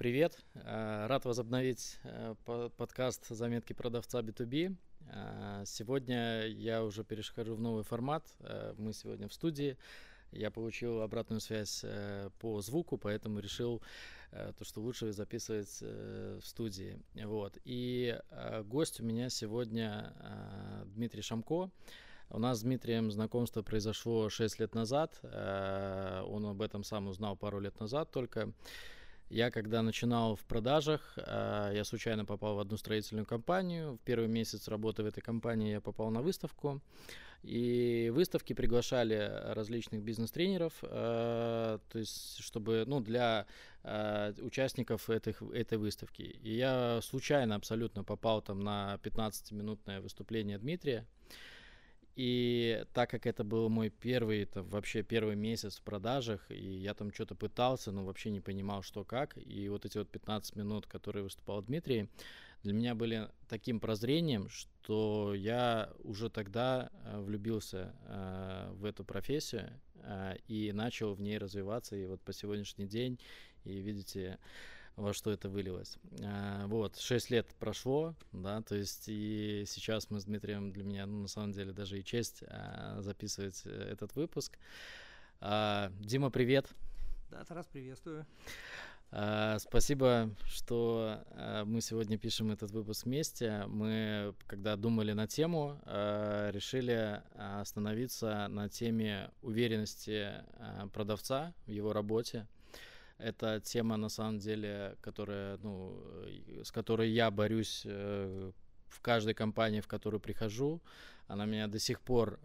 привет! Рад возобновить подкаст «Заметки продавца B2B». Сегодня я уже перехожу в новый формат. Мы сегодня в студии. Я получил обратную связь по звуку, поэтому решил, что лучше записывать в студии. Вот. И гость у меня сегодня Дмитрий Шамко. У нас с Дмитрием знакомство произошло 6 лет назад. Он об этом сам узнал пару лет назад только. Я когда начинал в продажах, я случайно попал в одну строительную компанию. В первый месяц работы в этой компании я попал на выставку. И выставки приглашали различных бизнес-тренеров, то есть чтобы, для участников этой выставки. И я случайно абсолютно попал там на 15-минутное выступление Дмитрия. И так как это был мой вообще первый месяц в продажах, и я там что-то пытался, но вообще не понимал, что как. И вот эти 15 минут, которые выступал Дмитрий, для меня были таким прозрением, что я уже тогда влюбился в эту профессию и начал в ней развиваться. И вот по сегодняшний день, и видите, во что это вылилось. 6 лет прошло, да, то есть и сейчас мы с Дмитрием, для меня, на самом деле, даже и честь записывать этот выпуск. Дима, привет. Да, Тарас, приветствую. Спасибо, что мы сегодня пишем этот выпуск вместе. Мы, когда думали на тему, решили остановиться на теме уверенности продавца в его работе. Это тема, на самом деле, с которой я борюсь в каждой компании, в которую прихожу. Она меня до сих пор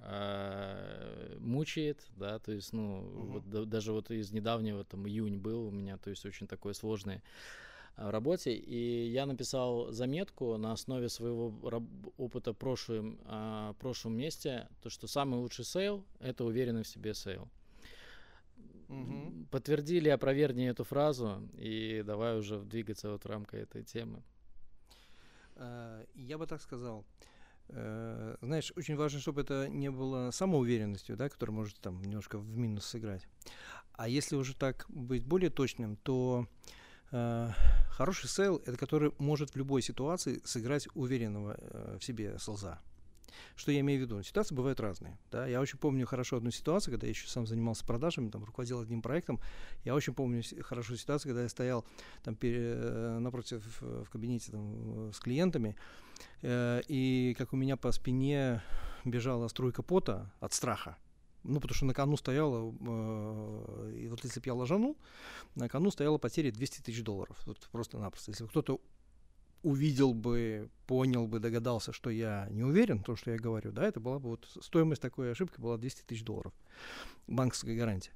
мучает, да, то есть, даже из недавнего, июнь был у меня, то есть, очень такой сложный в работе. И я написал заметку на основе своего опыта в прошлом месте, то, что самый лучший сейл – это уверенный в себе сейл. Подтверди или опровергни эту фразу, и давай уже двигаться в рамках этой темы. Я бы так сказал. Знаешь, очень важно, чтобы это не было самоуверенностью, да, которая может там немножко в минус сыграть. А если уже так быть более точным, то хороший сейл – это который может в любой ситуации сыграть уверенного в себе селза. Что я имею в виду? Ситуации бывают разные. Да? Я очень помню хорошо одну ситуацию, когда я еще сам занимался продажами, там, руководил одним проектом. Я очень помню хорошо ситуацию, когда я стоял там, напротив в кабинете там, с клиентами, и как у меня по спине бежала струйка пота от страха. Потому что на кону стояло, и вот если бы я ложанул, на кону стояла потеря $200 000. Вот просто-напросто. Если кто-то увидел бы, понял бы, догадался, что я не уверен в том, что я говорю, да, это была бы стоимость такой ошибки была $200 000, банковская гарантия.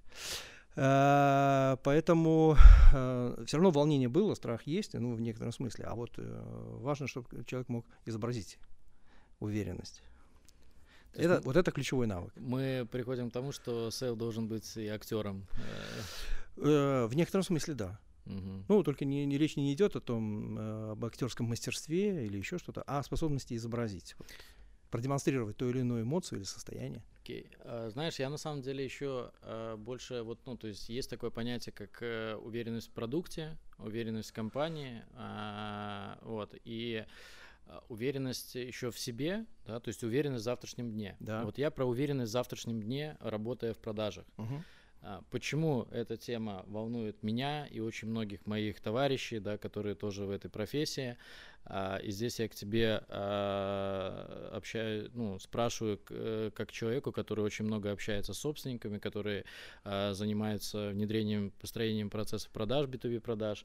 Поэтому все равно волнение было, страх есть, в некотором смысле, а важно, чтобы человек мог изобразить уверенность. Это ключевой навык. Мы приходим к тому, что сейл должен быть и актером. В некотором смысле, да. Только речь не идет об актерском мастерстве или еще что-то, а о способности изобразить, продемонстрировать ту или иную эмоцию или состояние. Знаешь, я на самом деле еще больше, то есть есть такое понятие, как уверенность в продукте, уверенность в компании, и уверенность еще в себе, да, то есть уверенность в завтрашнем дне. Да. Вот я про уверенность в завтрашнем дне, работая в продажах. Почему эта тема волнует меня и очень многих моих товарищей, да, которые тоже в этой профессии. И здесь я к тебе спрашиваю как человеку, который очень много общается с собственниками, который занимается внедрением, построением процессов продаж, B2B продаж.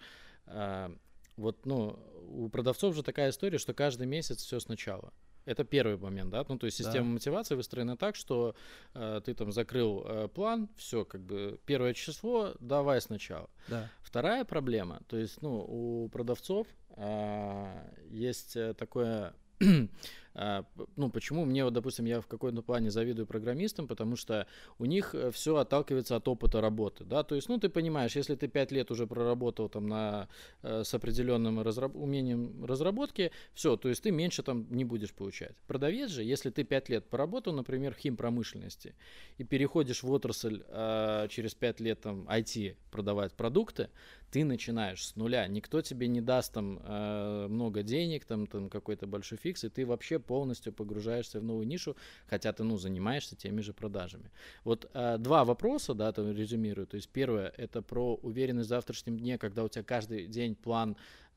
У продавцов же такая история, что каждый месяц все сначала. Это первый момент, да, то есть система мотивации выстроена так, что ты там закрыл план, все, первое число, давай сначала. Да. Вторая проблема, то есть, у продавцов есть такое ну, почему мне, вот, допустим, я в какой-то плане завидую программистам, потому что у них все отталкивается от опыта работы, да, то есть, ну, ты понимаешь, если ты 5 лет уже проработал там с определенным умением разработки, все, то есть ты меньше там не будешь получать. Продавец же, если ты 5 лет поработал, например, в химпромышленности, и переходишь в отрасль через 5 лет там IT продавать продукты, ты начинаешь с нуля, никто тебе не даст там много денег, там какой-то большой фикс, и ты вообще полностью погружаешься в новую нишу, хотя ты, ну, занимаешься теми же продажами. Вот два вопроса, да, там резюмирую. То есть первое, это про уверенность в завтрашнем дне, когда у тебя каждый день план,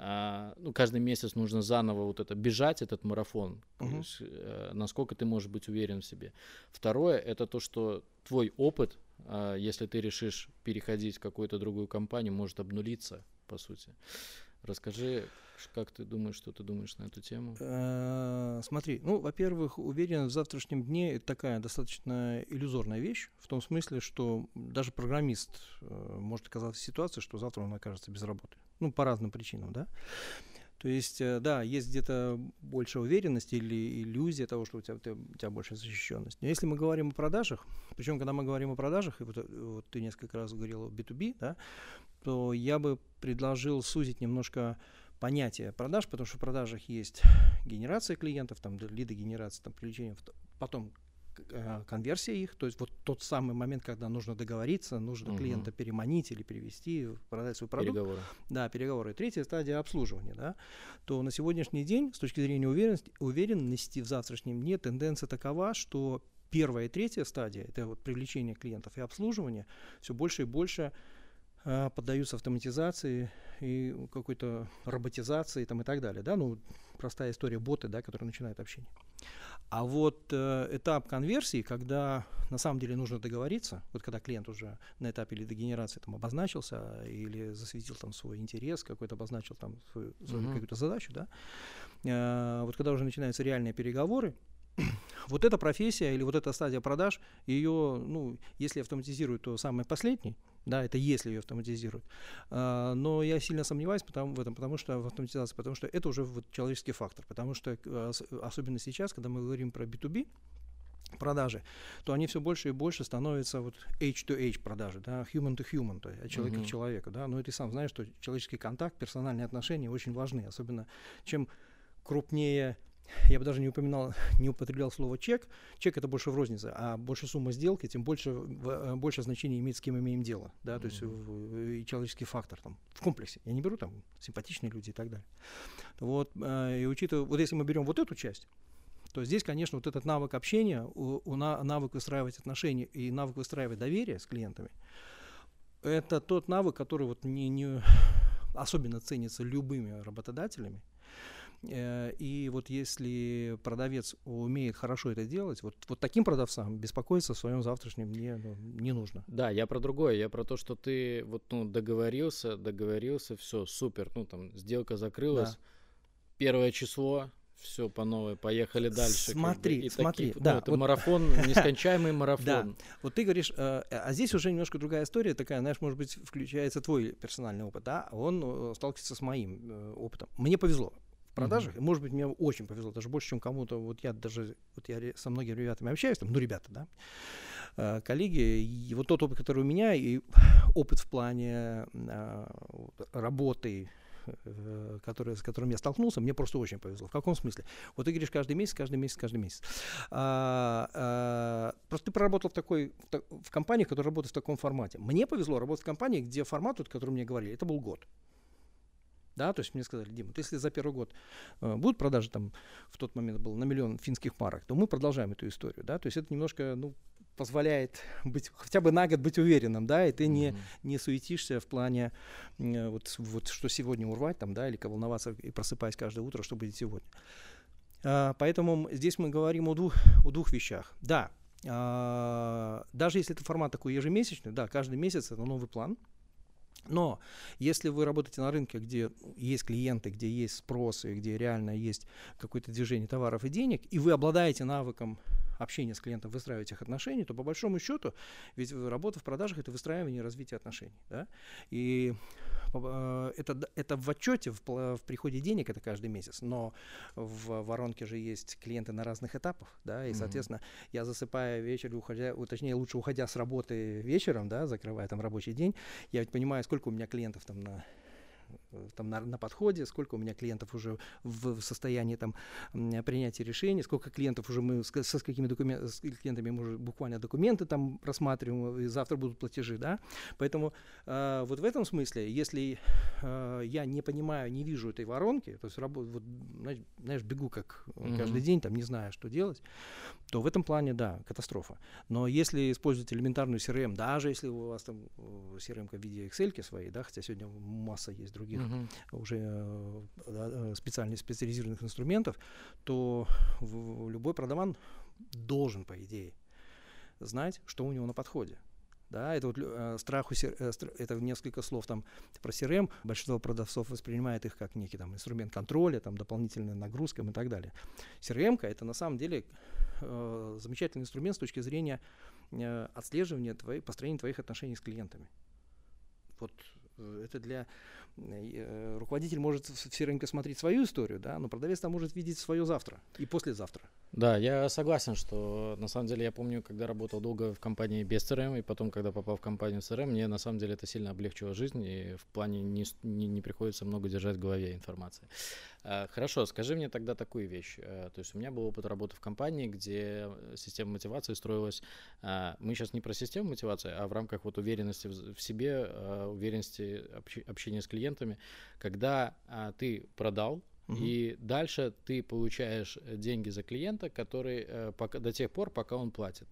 ну, каждый месяц нужно заново вот это бежать, этот марафон, насколько ты можешь быть уверен в себе. Второе, это то, что твой опыт, если ты решишь переходить в какую-то другую компанию, может обнулиться, по сути. Расскажи, как ты думаешь, что ты думаешь на эту тему? Смотри, ну, во-первых, уверенность в завтрашнем дне – это такая достаточно иллюзорная вещь, в том смысле, что даже программист может оказаться в ситуации, что завтра он окажется без работы. Ну, по разным причинам, да. То есть, да, есть где-то больше уверенности или иллюзия того, что у тебя больше защищенность. Но если мы говорим о продажах, причем, когда мы говорим о продажах, и вот ты несколько раз говорил о B2B, да, то я бы предложил сузить немножко понятие продаж, потому что в продажах есть генерация клиентов, там, лидогенерация, там, привлечение, потом конверсия их, то есть вот тот самый момент, когда нужно договориться, нужно клиента переманить или перевести, продать свой продукт. Переговоры. Да, переговоры. И третья стадия обслуживания, да, то на сегодняшний день, с точки зрения уверенности в завтрашнем дне, тенденция такова, что первая и третья стадия, это вот привлечение клиентов и обслуживание, все больше и больше поддаются автоматизации и какой-то роботизации там, и так далее. Да? Ну, простая история боты, да, которые начинают общение. А вот этап конверсии, когда на самом деле нужно договориться, вот когда клиент уже на этапе лидогенерации там обозначился или засветил там свой интерес, какой-то обозначил там свою какую-то задачу, да, вот когда уже начинаются реальные переговоры, вот эта профессия или вот эта стадия продаж, ее, ну, если автоматизируют, то самый последний, да, это если ее автоматизируют. Но я сильно сомневаюсь в этом, потому что в автоматизации, потому что это уже вот человеческий фактор, потому что особенно сейчас, когда мы говорим про B2B продажи, то они все больше и больше становятся вот H2H продажи, да, human to human, то есть от человека к человеку, да, но и ты сам знаешь, что человеческий контакт, персональные отношения очень важны, особенно чем крупнее. Я бы даже не употреблял слово чек. Чек это больше в рознице, а больше сумма сделки, тем больше значения имеет, с кем имеем дело. Да? То есть и человеческий фактор там, в комплексе. Я не беру там симпатичные люди и так далее. Вот, и учитывая, вот если мы берем вот эту часть, то здесь, конечно, вот этот навык общения, навык выстраивать отношения и навык выстраивать доверие с клиентами, это тот навык, который вот не особенно ценится любыми работодателями. И вот если продавец умеет хорошо это делать, вот таким продавцам беспокоиться в своем завтрашнем дне не нужно. Да, я про другое, я про то, что ты вот, ну, договорился, все, супер, ну, там, сделка закрылась, да. 1 число, все по новой, поехали дальше. Смотри, да. Это вот марафон, нескончаемый марафон. Да, вот ты говоришь, а здесь уже немножко другая история такая, знаешь, может быть, включается твой персональный опыт, да, он сталкивается с моим опытом. Мне повезло. В продажах, может быть, мне очень повезло, даже больше, чем кому-то. Вот я со многими ребятами общаюсь, там, ну, ребята, да, коллеги, и вот тот опыт, который у меня, и опыт в плане работы, с которым я столкнулся, мне просто очень повезло. В каком смысле? Вот ты говоришь каждый месяц. Просто ты проработал в компании, которая работает в таком формате. Мне повезло работать в компании, где формат, о котором мне говорили, это был год. Да, то есть мне сказали: Дима, вот если за первый год будут продажи, там в тот момент было на 1 000 000 финских марок, то мы продолжаем эту историю, да, то есть это немножко, ну, позволяет быть, хотя бы на год быть уверенным, да, и ты не суетишься в плане вот что сегодня урвать, там, да, или волноваться и просыпаясь каждое утро, что будет сегодня. Поэтому здесь мы говорим о двух вещах. Да, даже если это формат такой ежемесячный, да, каждый месяц это новый план. Но если вы работаете на рынке, где есть клиенты, где есть спрос, и где реально есть какое-то движение товаров и денег, и вы обладаете навыком общения с клиентом, выстраивать их отношения, то по большому счету, ведь работа в продажах — это выстраивание и развитие отношений. Да? И это в отчете, в приходе денег, это каждый месяц, но в воронке же есть клиенты на разных этапах, да, и, соответственно, я засыпая вечером, точнее, лучше уходя с работы вечером, да, закрывая там рабочий день, я ведь понимаю, сколько у меня клиентов там на подходе, сколько у меня клиентов уже в состоянии там принятия решений, сколько клиентов уже мы с какими клиентами мы уже буквально документы там рассматриваем, и завтра будут платежи, да, поэтому вот в этом смысле, если я не понимаю, не вижу этой воронки, то есть вот, знаешь, бегу как каждый день, там не знаю, что делать, то в этом плане, да, катастрофа. Но если использовать элементарную CRM, даже если у вас там CRM-ка в виде Excel-ки своей, да, хотя сегодня масса есть других уже специализированных инструментов, то любой продаван должен, по идее, знать, что у него на подходе. Да, это вот это несколько слов там про CRM. Большинство продавцов воспринимает их как некий там инструмент контроля, там дополнительная нагрузка и так далее. CRM-ка — это на самом деле замечательный инструмент с точки зрения отслеживания построения твоих отношений с клиентами. Вот это для руководитель может в CRM смотреть свою историю, да, но продавец там может видеть свое завтра и послезавтра. Да, я согласен, что на самом деле я помню, когда работал долго в компании без CRM, и потом, когда попал в компанию с CRM, мне на самом деле это сильно облегчило жизнь, и в плане не приходится много держать в голове информации. Хорошо, скажи мне тогда такую вещь. То есть у меня был опыт работы в компании, где система мотивации строилась, мы сейчас не про систему мотивации, а в рамках вот уверенности в себе, уверенности общения с клиентами, когда ты продал, и дальше ты получаешь деньги за клиента, который до тех пор, пока он платит.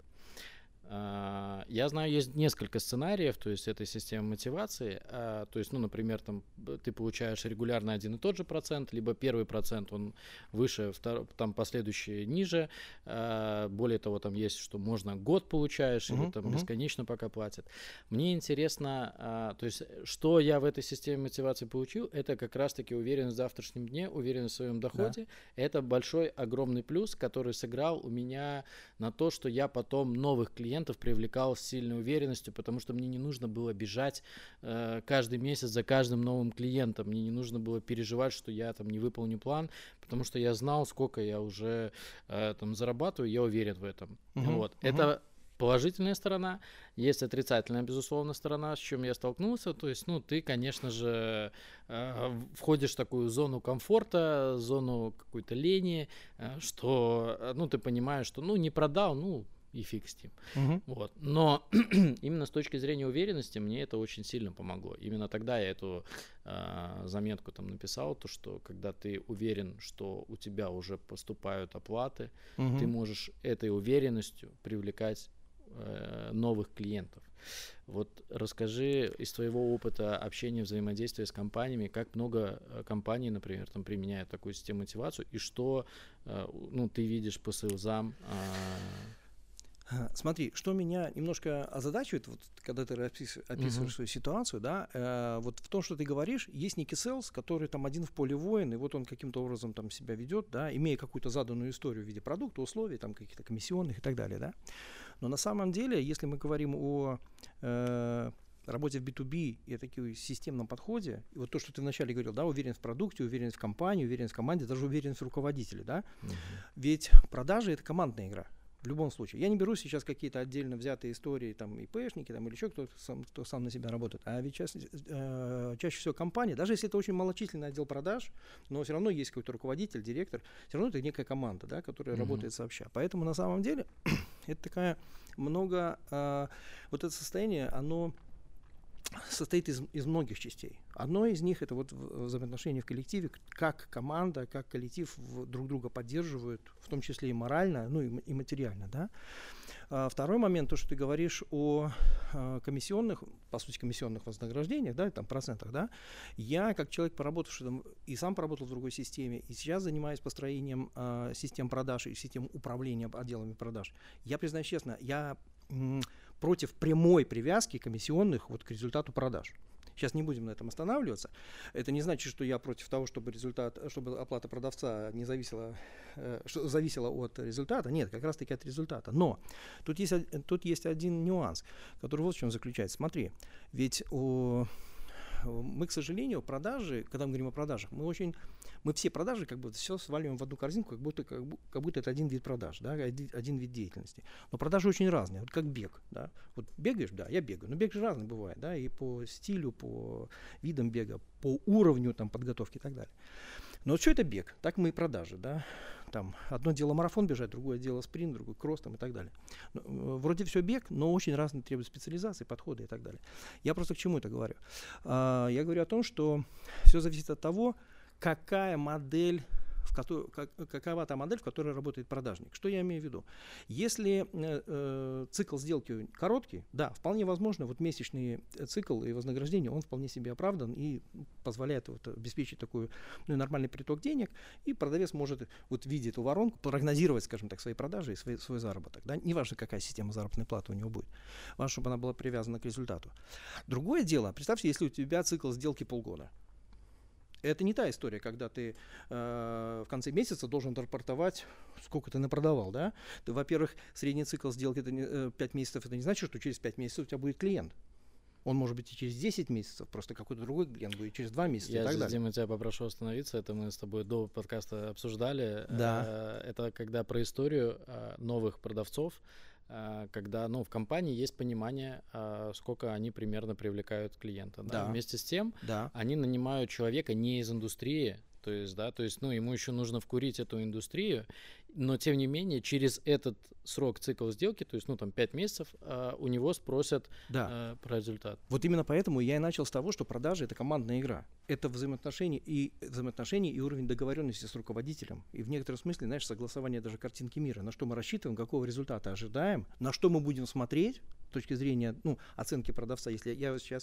Я знаю, есть несколько сценариев, то есть этой системы мотивации. То есть, ну, например, там ты получаешь регулярно один и тот же процент, либо первый процент он выше, там последующие ниже. Более того, там есть, что можно год получаешь, или там бесконечно пока платят. Мне интересно, то есть, что я в этой системе мотивации получил, это как раз-таки уверенность в завтрашнем дне, уверенность в своем доходе. Да. Это большой, огромный плюс, который сыграл у меня на то, что я потом новых клиентов привлекал с сильной уверенностью, потому что мне не нужно было бежать каждый месяц за каждым новым клиентом, мне не нужно было переживать, что я там не выполню план, потому что я знал, сколько я уже там зарабатываю, я уверен в этом. Вот. Это положительная сторона. Есть отрицательная, безусловно, сторона, с чем я столкнулся. То есть, ну, ты, конечно же, входишь в такую зону комфорта, зону какой-то лени, что, ну, ты понимаешь, что, ну, не продал, ну, и фиг с ним. Вот. Но именно с точки зрения уверенности мне это очень сильно помогло. Именно тогда я эту заметку там написал, то что когда ты уверен, что у тебя уже поступают оплаты, ты можешь этой уверенностью привлекать новых клиентов. Вот расскажи из твоего опыта общения, взаимодействия с компаниями, как много компаний, например, там применяют такую систему мотивацию, и что, ну, ты видишь по сейлзам. Смотри, что меня немножко озадачивает, вот, когда ты описываешь свою ситуацию, да, вот в том, что ты говоришь, есть некий селс, который там один в поле воин, и вот он каким-то образом там себя ведет, да, имея какую-то заданную историю в виде продукта, условий, там каких-то комиссионных и так далее, да. Но на самом деле, если мы говорим о работе в B2B и о таком системном подходе, и вот то, что ты вначале говорил, да, уверенность в продукте, уверенность в компании, уверенность в команде, даже уверенность в руководителе, да, ведь продажи — это командная игра. В любом случае. Я не беру сейчас какие-то отдельно взятые истории, там, ИПшники, там, или еще кто сам на себя работает. А ведь чаще всего компания, даже если это очень малочисленный отдел продаж, но все равно есть какой-то руководитель, директор, все равно это некая команда, да, которая работает сообща. Поэтому на самом деле это такая вот это состояние, оно состоит из многих частей. Одно из них — это вот взаимоотношения в коллективе, как команда, как коллектив друг друга поддерживают, в том числе и морально, ну и материально, да. Второй момент, то, что ты говоришь о комиссионных, по сути, комиссионных вознаграждениях, да, там, процентах, да. Я, как человек, поработавший там, и сам поработал в другой системе, и сейчас занимаюсь построением систем продаж и систем управления отделами продаж. Я признаюсь честно, я против прямой привязки комиссионных вот к результату продаж. Сейчас не будем на этом останавливаться. Это не значит, что я против того, чтобы оплата продавца не зависела, зависела от результата. Нет, как раз-таки от результата. Но тут есть один нюанс, который вот в чем заключается. Смотри, ведь мы, к сожалению, продажи, когда мы говорим о продажах, мы все продажи как бы все сваливаем в одну корзинку, как будто это один вид продаж, да, один вид деятельности. Но продажи очень разные, вот как бег, да. Вот бегаешь, да, я бегаю, но бег же разный бывает, да, и по стилю, по видам бега, по уровню там подготовки и так далее. Но вот что это бег? Так мы и продажи, да. Там одно дело марафон бежать, другое дело спринт, другое кросс там, и так далее. Вроде все бег, но очень разные требуют специализации, подходы и так далее. Я просто к чему это говорю? Я говорю о том, что все зависит от того, какая модель, какова та модель, в которой работает продажник. Что я имею в виду? Если цикл сделки короткий, да, вполне возможно, вот месячный цикл и вознаграждение, он вполне себе оправдан и позволяет вот обеспечить такой нормальный приток денег, и продавец может, вот видя эту воронку, прогнозировать, скажем так, свои продажи и свой заработок. Да? Неважно, какая система заработной платы у него будет. Важно, чтобы она была привязана к результату. Другое дело, представьте, если у тебя цикл сделки полгода. Это не та история, когда ты в конце месяца должен рапортовать, сколько ты напродавал, да? Во-первых, средний цикл сделки это 5 месяцев, это не значит, что через 5 месяцев у тебя будет клиент. Он может быть и через 10 месяцев, просто какой-то другой клиент будет через 2 месяца и так далее. Я, Дима, тебя попрошу остановиться, это мы с тобой до подкаста обсуждали. Да. Это когда про историю новых продавцов, когда в компании есть понимание, сколько они примерно привлекают клиента. Да? Вместе с тем они нанимают человека не из индустрии, то есть ему еще нужно вкурить эту индустрию, но тем не менее через этот срок цикл сделки, то есть 5 месяцев, у него спросят про результат. Вот именно поэтому я и начал с того, что продажи — это командная игра. Это взаимоотношения и уровень договоренности с руководителем. И в некотором смысле, знаешь, согласование даже картинки мира. На что мы рассчитываем, какого результата ожидаем, на что мы будем смотреть с точки зрения оценки продавца. Если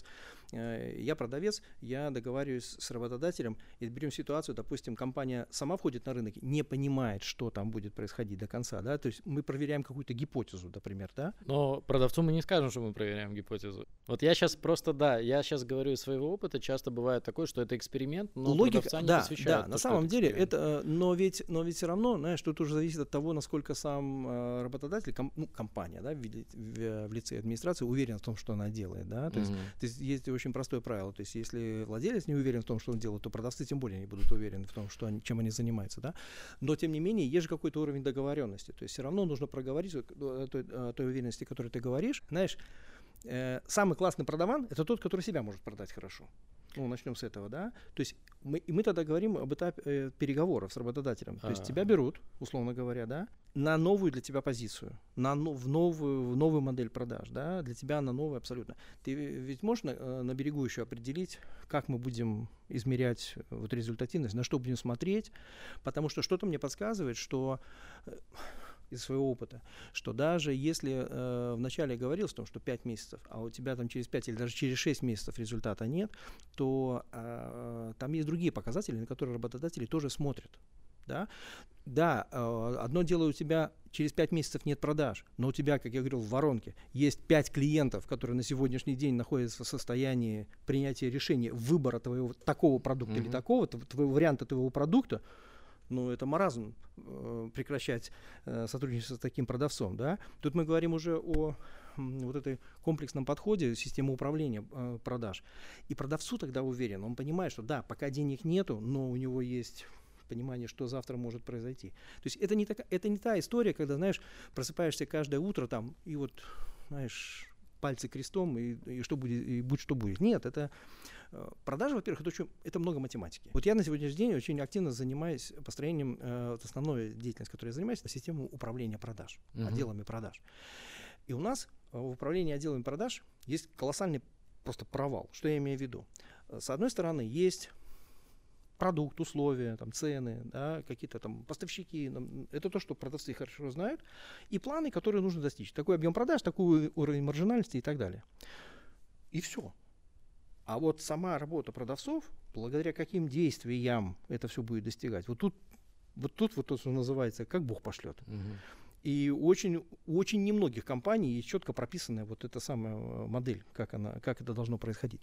я продавец, я договариваюсь с работодателем, и берем ситуацию, допустим, компания сама входит на рынок, не понимает, что там будет происходить до конца, да, то есть мы проверяем какую-то гипотезу, например, да. Но продавцу мы не скажем, что мы проверяем гипотезу. Вот я сейчас говорю из своего опыта, часто бывает такое, что это эксперимент, но продавца не посвящают. Да, на самом деле это, но ведь все равно, знаешь, тут уже зависит от того, насколько сам работодатель, компания, да, в лице администрации уверен в том, что она делает, да, то есть есть очень простое правило, то есть если владелец не уверен в том, что он делает, то продавцы тем более не будут уверены в том, чем они занимаются, да, но тем не менее есть же какой-то уровень договоренности, то есть все равно нужно проговорить о той уверенности, о которой ты говоришь, знаешь, самый классный продаван — это тот, который себя может продать хорошо. Начнем с этого, да. То есть мы тогда говорим об этапе переговоров с работодателем. То есть тебя берут, условно говоря, да, на новую для тебя позицию, в новую модель продаж, да, для тебя она новая абсолютно. Ты ведь можешь на берегу еще определить, как мы будем измерять результативность, на что будем смотреть, потому что что-то мне подсказывает, что из своего опыта, что даже если вначале говорилось о том, что 5 месяцев, а у тебя там через 5 или даже через 6 месяцев результата нет, то там есть другие показатели, на которые работодатели тоже смотрят. Да, одно дело, у тебя через 5 месяцев нет продаж, но у тебя, как я говорил, в воронке есть 5 клиентов, которые на сегодняшний день находятся в состоянии принятия решения выбора твоего такого продукта или такого, твоего варианта твоего продукта. Это маразм прекращать сотрудничество с таким продавцом, да. Тут мы говорим уже о этой комплексном подходе системы управления продаж. И продавцу тогда уверен, он понимает, что да, пока денег нету, но у него есть понимание, что завтра может произойти. То есть это не та история, когда, знаешь, просыпаешься каждое утро там и знаешь, пальцы крестом и что будет, и будь что будет. Нет, это продажи, во-первых, это много математики. Вот я на сегодняшний день очень активно занимаюсь построением, основной деятельность, которой я занимаюсь, это система управления продаж, отделами продаж. И у нас в управлении отделами продаж есть колоссальный просто провал. Что я имею в виду? С одной стороны, есть продукт, условия, цены, да, какие-то поставщики. Это то, что продавцы хорошо знают. И планы, которые нужно достичь. Такой объем продаж, такой уровень маржинальности и так далее. И все. А вот сама работа продавцов, благодаря каким действиям это все будет достигать, вот тут, что называется, как Бог пошлет. И у очень немногих компаний есть четко прописанная вот эта самая модель, как это должно происходить.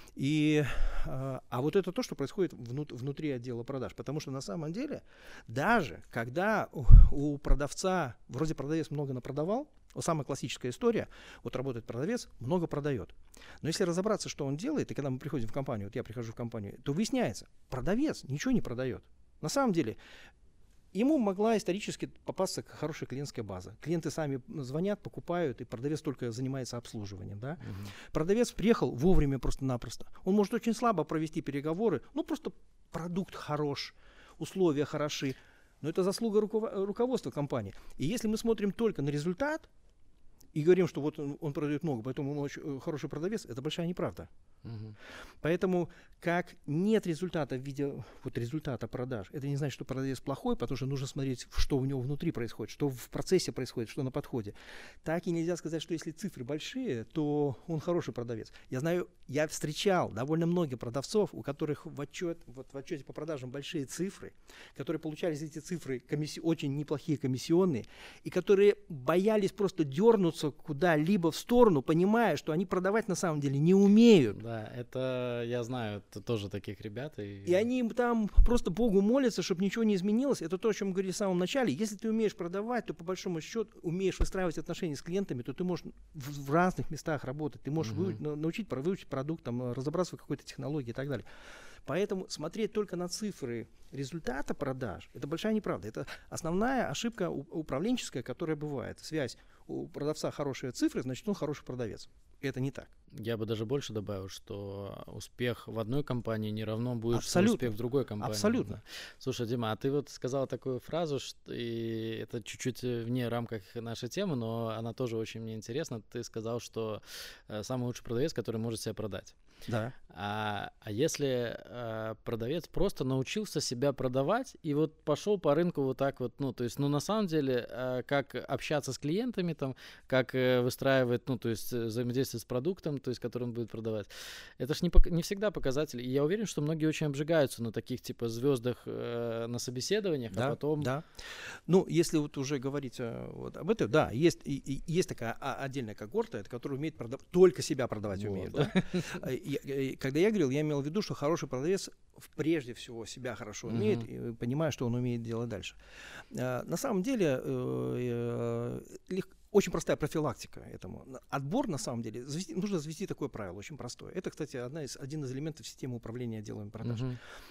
А вот это то, что происходит внутри отдела продаж. Потому что на самом деле, даже когда у продавца, вроде продавец много напродавал, вот самая классическая история, вот работает продавец, много продает. Но если разобраться, что он делает, и когда мы приходим в компанию, вот я прихожу в компанию, то выясняется, продавец ничего не продает. На самом деле, ему могла исторически попасться хорошая клиентская база. Клиенты сами звонят, покупают, и продавец только занимается обслуживанием. Да? Продавец приехал вовремя просто-напросто. Он может очень слабо провести переговоры, просто продукт хорош, условия хороши. Но это заслуга руководства компании. И если мы смотрим только на результат и говорим, что вот он продает много, поэтому он очень хороший продавец, это большая неправда. Поэтому как нет результата в виде результата продаж, это не значит, что продавец плохой, потому что нужно смотреть, что у него внутри происходит, что в процессе происходит, что на подходе. Так и нельзя сказать, что если цифры большие, то он хороший продавец. Я встречал довольно много продавцов, у которых в отчете по продажам большие цифры, которые получали за эти цифры очень неплохие комиссионные, и которые боялись просто дернуться куда-либо в сторону, понимая, что они продавать на самом деле не умеют. Да, это я знаю, это тоже таких ребят. И они там просто Богу молятся, чтобы ничего не изменилось. Это то, о чем мы говорили в самом начале. Если ты умеешь продавать, то по большому счету умеешь выстраивать отношения с клиентами, то ты можешь в разных местах работать. Ты можешь выучить продукт, разобраться в какой-то технологии и так далее. Поэтому смотреть только на цифры результата продаж – это большая неправда. Это основная ошибка управленческая, которая бывает. Связь: у продавца хорошие цифры, значит, он хороший продавец. Это не так. Я бы даже больше добавил, что успех в одной компании не равно будет успех в другой компании. Абсолютно. Да. Слушай, Дима, а ты вот сказал такую фразу, и это чуть-чуть вне рамках нашей темы, но она тоже очень мне интересна. Ты сказал, что самый лучший продавец, который может себя продать. Да. А если продавец просто научился себя продавать и вот пошел по рынку вот так вот, на самом деле, как общаться с клиентами, как выстраивать, взаимодействие с продуктом, который он будет продавать, это ж не всегда показатель. И я уверен, что многие очень обжигаются на таких звездах на собеседованиях, да, а потом... Да. Если вот уже говорить об этом, да, есть такая отдельная когорта, которая умеет только себя продавать умеет. Да? Когда я говорил, я имел в виду, что хороший продавец прежде всего себя хорошо умеет, и понимая, что он умеет делать дальше. На самом деле очень простая профилактика этому. Отбор, на самом деле, нужно завести такое правило, очень простое. Это, кстати, один из элементов системы управления отделами продаж.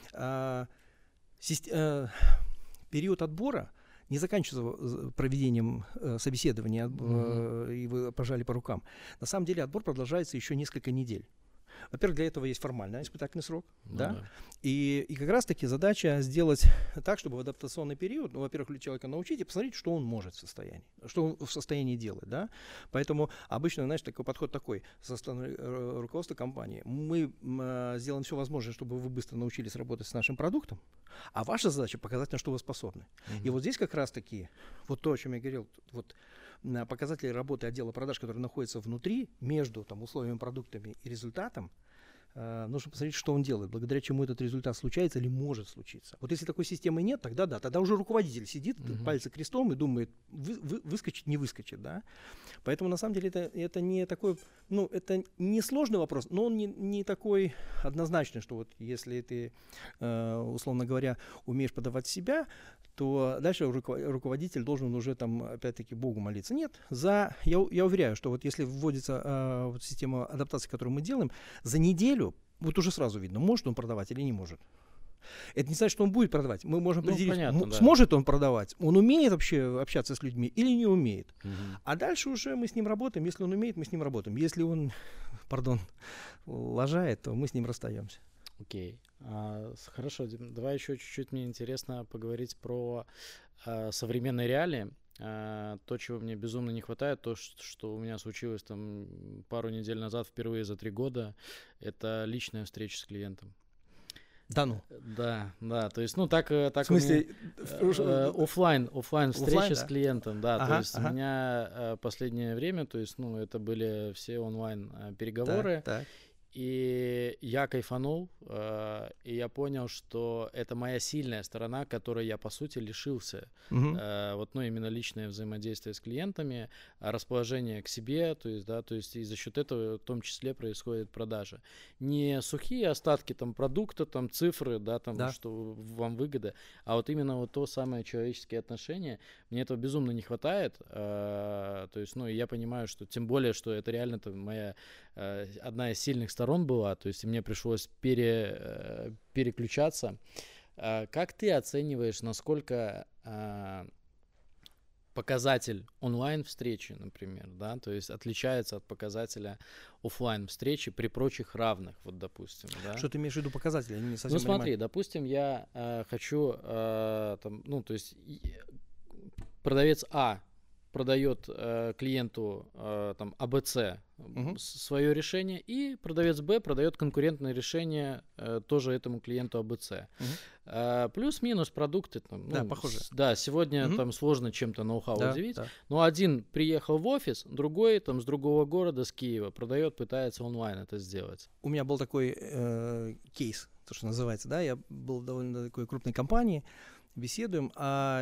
Период отбора не заканчивается проведением собеседования, и вы пожали по рукам. На самом деле отбор продолжается еще несколько недель. Во-первых, для этого есть формальный испытательный срок, да? И как раз-таки задача сделать так, чтобы в адаптационный период, во-первых, человека научить и посмотреть, что он может в состоянии, что он в состоянии делать, да? Поэтому обычно, такой подход такой со стороны руководства компании: мы сделаем все возможное, чтобы вы быстро научились работать с нашим продуктом, а ваша задача показать, на что вы способны. И вот здесь как раз-таки вот то, о чем я говорил, показатели работы отдела продаж, которые находятся внутри, между условиями, продуктами и результатом, нужно посмотреть, что он делает, благодаря чему этот результат случается или может случиться. Вот если такой системы нет, тогда да, тогда уже руководитель сидит, пальцы крестом и думает, выскочит, не выскочит, да. Поэтому на самом деле это не такой, это не сложный вопрос, но он не такой однозначный, что вот если ты, условно говоря, умеешь подавать себя, то дальше руководитель должен уже опять-таки Богу молиться. Нет, я уверяю, что вот если вводится система адаптации, которую мы делаем, за неделю вот уже сразу видно, может он продавать или не может. Это не значит, что он будет продавать. Мы можем определить, сможет он продавать, он умеет вообще общаться с людьми или не умеет. А дальше уже мы с ним работаем. Если он умеет, мы с ним работаем. Если он, лажает, то мы с ним расстаемся. Окей. Хорошо, Дим, давай еще чуть-чуть, мне интересно поговорить про современные реалии. То, чего мне безумно не хватает, то, что у меня случилось пару недель назад впервые за 3 года, это личная встреча с клиентом. Да, ну. Да, то есть, так в смысле, офлайн встреча с да? клиентом, да, то есть у меня последнее время, то есть, это были все онлайн переговоры, так. И я кайфанул, и я понял, что это моя сильная сторона, которой я, по сути, лишился. Вот, ну, именно личное взаимодействие с клиентами, расположение к себе, то есть, да, то есть и за счет этого в том числе происходит продажа. Не сухие остатки там продукта, там цифры, да, там, Да. что вам выгода, а вот именно вот то самое человеческие отношения. Мне этого безумно не хватает, то есть, ну, и я понимаю, что тем более, что это реально моя одна из сильных сторон была, то есть мне пришлось переключаться. Как ты оцениваешь, насколько показатель онлайн-встречи, например, да, то есть отличается от показателя офлайн-встречи при прочих равных, вот, допустим, да? Что ты имеешь в виду показатели? Я не совсем Ну, смотри, понимаю. допустим, я хочу, там, ну, то есть продавец А продает клиенту там АБЦ свое решение, и продавец Б продает конкурентное решение тоже этому клиенту АБЦ. Плюс-минус продукты там, Да, похоже. Да, сегодня там сложно чем-то ноу-хау удивить, да. но один приехал в офис, другой там с другого города, с Киева, продает, пытается онлайн это сделать. У меня был такой кейс, то, что называется, да, я был в довольно такой крупной компании, беседуем, а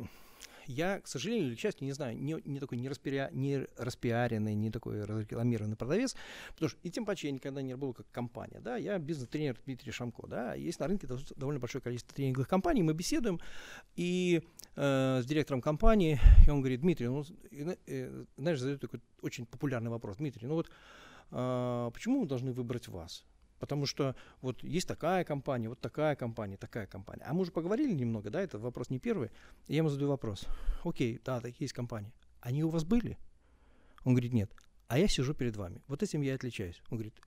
я, к сожалению или к счастью, не знаю, не такой не распиаренный, не такой разрекламированный продавец, потому что и тем паче я никогда не работал как компания, да, я бизнес-тренер Дмитрий Шамко, да, есть на рынке довольно большое количество тренинговых компаний, мы беседуем, и с директором компании, и он говорит: Дмитрий, ну, знаешь, задает такой очень популярный вопрос: Дмитрий, ну вот почему мы должны выбрать вас? Потому что вот есть такая компания, вот такая компания, такая компания. А мы уже поговорили немного, да, это вопрос не первый. И я ему задаю вопрос: окей, да, такие есть компании. Они у вас были? Он говорит: нет. А я сижу перед вами. Вот этим я и отличаюсь. Он говорит: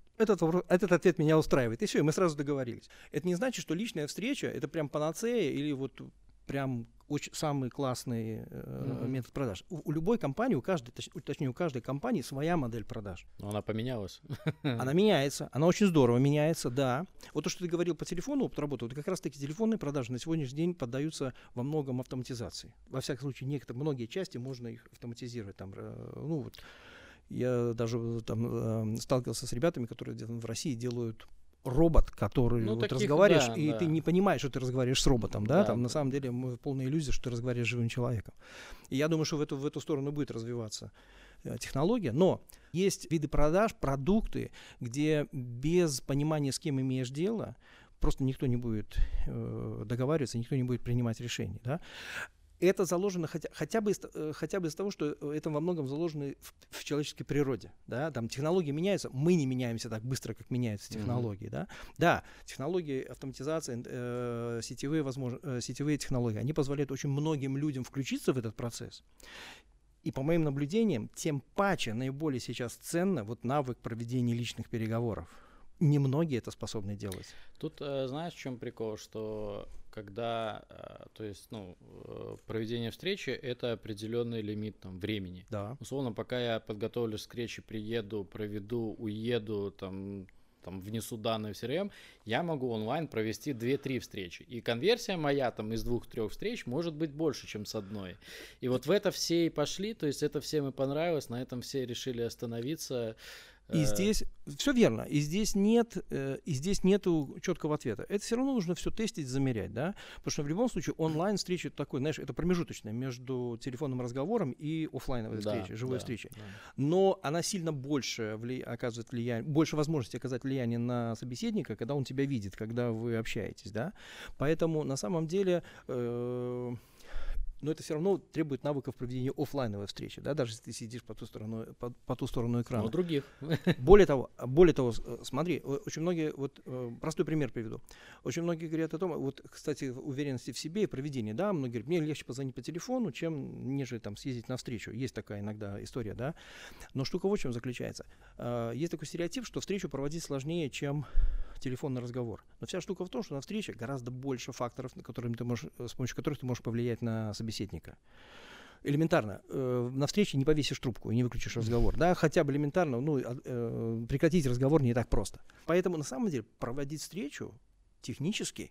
этот ответ меня устраивает. И все, и мы сразу договорились. Это не значит, что личная встреча — это прям панацея или вот прям очень, самый классный метод продаж. У любой компании, у каждой компании своя модель продаж. Но она поменялась. Она меняется, она очень здорово меняется, да. Вот то, что ты говорил по телефону, опыт работы, вот как раз-таки телефонные продажи на сегодняшний день поддаются во многом автоматизации. Во всяком случае, многие части можно их автоматизировать. Там, ну, вот, я даже там сталкивался с ребятами, которые в России делают робот, который вот таких, разговариваешь, да, и ты не понимаешь, что ты разговариваешь с роботом, да, там на самом деле полная иллюзия, что ты разговариваешь с живым человеком. И я думаю, что в эту сторону будет развиваться технология, но есть виды продаж, продукты, где без понимания, с кем имеешь дело, просто никто не будет договариваться, никто не будет принимать решений, да. Это заложено хотя бы из того, что это во многом заложено в человеческой природе. Да? Там технологии меняются, мы не меняемся так быстро, как меняются технологии. Да? Да, технологии автоматизации, сетевые технологии, они позволяют очень многим людям включиться в этот процесс. И по моим наблюдениям, тем паче наиболее сейчас ценно вот навык проведения личных переговоров. Немногие это способны делать. Тут знаешь, в чем прикол, что когда, то есть, ну, проведение встречи — это определенный лимит там времени. Да. Условно, пока я подготовлюсь к встрече, приеду, проведу, уеду, там внесу данные в CRM, я могу онлайн провести 2-3 встречи. И конверсия моя там из 2-3 встреч может быть больше, чем с одной. И вот в это все и пошли, то есть это всем и понравилось, на этом все решили остановиться. И здесь все верно, и здесь нету четкого ответа. Это все равно нужно все тестить, замерять, да, потому что в любом случае онлайн встреча такой, знаешь, это промежуточное между телефонным разговором и офлайновой встречей, живой встречей. Да. Но она сильно больше оказывает влияние, больше возможности оказать влияние на собеседника, когда он тебя видит, когда вы общаетесь, да. Поэтому на самом деле но это все равно требует навыков проведения офлайновой встречи, да, даже если ты сидишь по ту сторону экрана. Но других. Более того, смотри, очень многие, вот простой пример приведу. Очень многие говорят о том, вот, кстати, уверенности в себе и проведении, да, многие говорят: мне легче позвонить по телефону, чем нежели там съездить на встречу. Есть такая иногда история, да. Но штука вот в чем заключается. Есть такой стереотип, что встречу проводить сложнее, чем телефонный разговор. Но вся штука в том, что на встрече гораздо больше факторов, с помощью которых ты можешь повлиять на собеседника. Элементарно. На встрече не повесишь трубку и не выключишь разговор. Да? Хотя бы элементарно, прекратить разговор не так просто. Поэтому на самом деле проводить встречу технически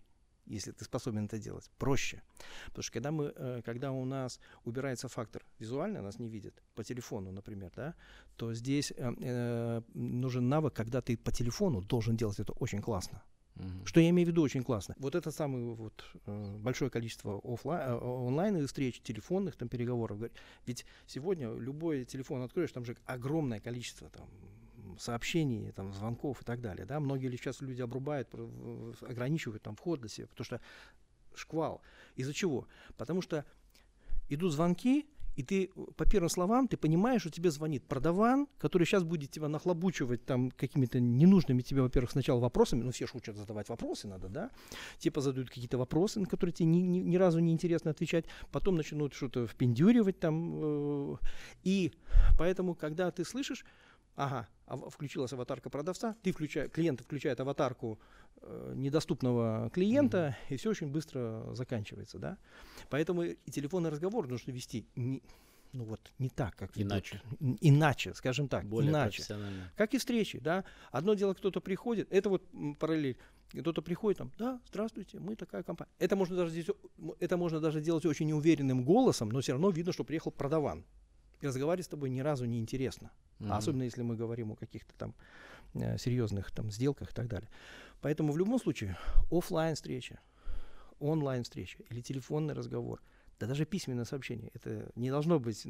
если ты способен это делать, проще. Потому что когда у нас убирается фактор визуальный, нас не видят, по телефону, например, да, то здесь нужен навык, когда ты по телефону должен делать это очень классно. Что я имею в виду очень классно? Вот это самое большое количество онлайн встреч, телефонных там переговоров. Ведь сегодня любой телефон откроешь, там же огромное количество там сообщений, там, звонков и так далее. Да? Многие сейчас люди обрубают, ограничивают там вход для себя, потому что шквал. Из-за чего? Потому что идут звонки, и ты по первым словам ты понимаешь, что тебе звонит продаван, который сейчас будет тебя нахлобучивать там какими-то ненужными тебе, во-первых, сначала вопросами, ну все же учат задавать вопросы надо, да, типа задают какие-то вопросы, на которые тебе ни разу не интересно отвечать, потом начнут что-то впендюривать там, и поэтому, когда ты слышишь, включилась аватарка продавца, клиент включает аватарку недоступного клиента, и все очень быстро заканчивается, да. Поэтому и телефонный разговор нужно вести не так, как иначе, скажем так, более иначе. Профессионально. Как и встречи, да. Одно дело, кто-то приходит, это вот параллель. Кто-то приходит, там, да, здравствуйте, мы такая компания. Это можно даже делать очень неуверенным голосом, но все равно видно, что приехал продаван. И разговаривать с тобой ни разу не интересно. Особенно если мы говорим о каких-то там серьезных там сделках и так далее. Поэтому в любом случае офлайн встреча, онлайн встреча или телефонный разговор, да даже письменное сообщение, это не должно быть,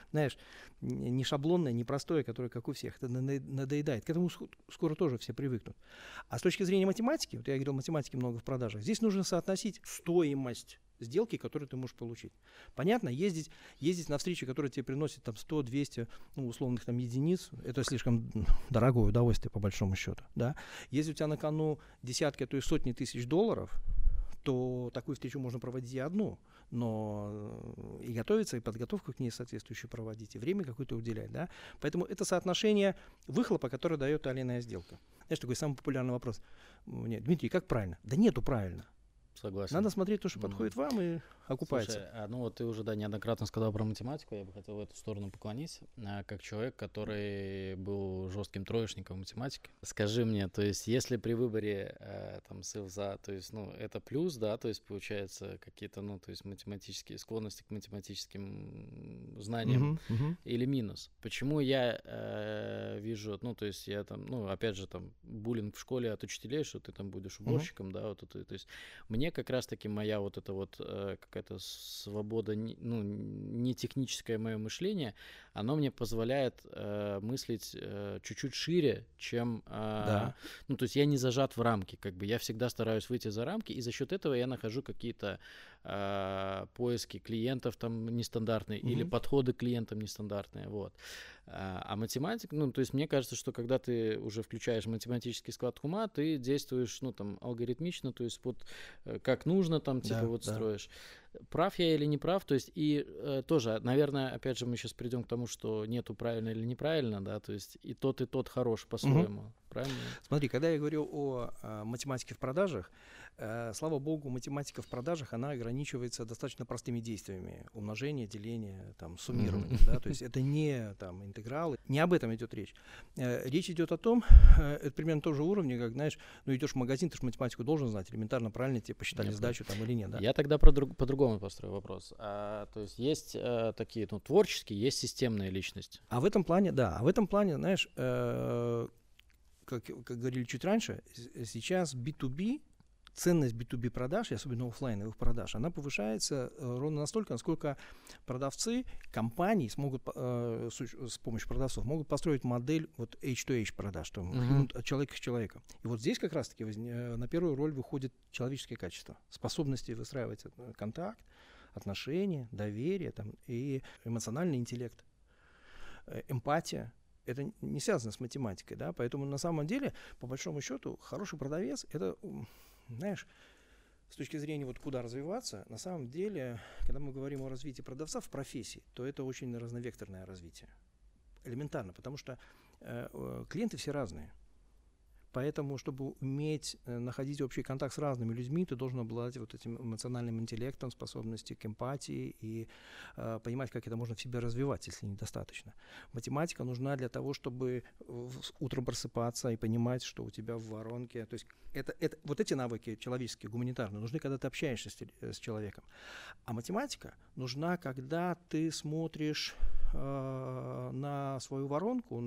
не шаблонное, не простое, которое как у всех. Это надоедает. К этому скоро тоже все привыкнут. А с точки зрения математики, вот я говорил, математики много в продажах, здесь нужно соотносить стоимость сделки, которую ты можешь получить. Понятно, ездить на встречи, которые тебе приносят там 100-200 условных там единиц, это слишком дорогое удовольствие по большому счету. Да? Если у тебя на кону десятки, а то и сотни тысяч долларов, то такую встречу можно проводить и одну, но и готовиться, и подготовку к ней соответствующую проводить, и время какое-то уделять. Да? Поэтому это соотношение выхлопа, которое дает та или иная сделка. Знаешь, такой самый популярный вопрос. Нет, Дмитрий, как правильно? Да нету правильно. Согласен. Надо смотреть то, что подходит вам и окупается. Слушай, ты уже неоднократно сказал про математику, я бы хотел в эту сторону поклонить, как человек, который был жестким троечником в математике. Скажи мне, то есть если при выборе там СИЛЗа, то есть, это плюс, да, то есть получается какие-то, то есть математические склонности к математическим знаниям или минус? Почему я вижу, то есть я там, опять же, там, буллинг в школе от учителей, что ты там будешь уборщиком, да, вот это, то есть мне как раз-таки моя вот эта вот какая-то свобода, не техническое мое мышление, оно мне позволяет мыслить чуть-чуть шире, чем... то есть я не зажат в рамки, как бы я всегда стараюсь выйти за рамки, и за счет этого я нахожу какие-то поиски клиентов там нестандартные или подходы к клиентам нестандартные, вот. А математик, то есть мне кажется, что когда ты уже включаешь математический склад ума, ты действуешь, алгоритмично, то есть вот как нужно там, строишь. Прав я или не прав, то есть и тоже, наверное, опять же, мы сейчас придем к тому, что нету правильно или неправильно, да, то есть и тот хорош по-своему, правильно? Смотри, когда я говорю о математике в продажах, слава богу, математика в продажах, она ограничивается достаточно простыми действиями: умножение, деление, там, суммирование, да, то есть это не там интегралы, не об этом идет речь. Речь идет о том, это примерно том же уровне, как, знаешь, идешь в магазин, ты же математику должен знать, элементарно правильно тебе посчитали сдачу там или нет, да? Я тогда по-другому построю вопрос. То есть есть такие, творческие, есть системная личность. А в этом плане, знаешь, как говорили чуть раньше, сейчас B2B, ценность B2B продаж, и особенно офлайновых продаж, она повышается ровно настолько, насколько продавцы компаний смогут с помощью продавцов могут построить модель вот H2H продаж, от человека к человеку. И вот здесь как раз-таки на первую роль выходит человеческие качества, способности выстраивать контакт, отношения, доверие там, и эмоциональный интеллект, эмпатия. Это не связано с математикой, да, поэтому на самом деле, по большому счету, хороший продавец, это, знаешь, с точки зрения вот куда развиваться, на самом деле, когда мы говорим о развитии продавца в профессии, то это очень разновекторное развитие. Элементарно, потому что клиенты все разные. Поэтому, чтобы уметь находить общий контакт с разными людьми, ты должен обладать вот этим эмоциональным интеллектом, способностью к эмпатии и понимать, как это можно в себе развивать, если недостаточно. Математика нужна для того, чтобы утром просыпаться и понимать, что у тебя в воронке. То есть вот эти навыки человеческие, гуманитарные, нужны, когда ты общаешься с человеком. А математика нужна, когда ты смотришь на свою воронку,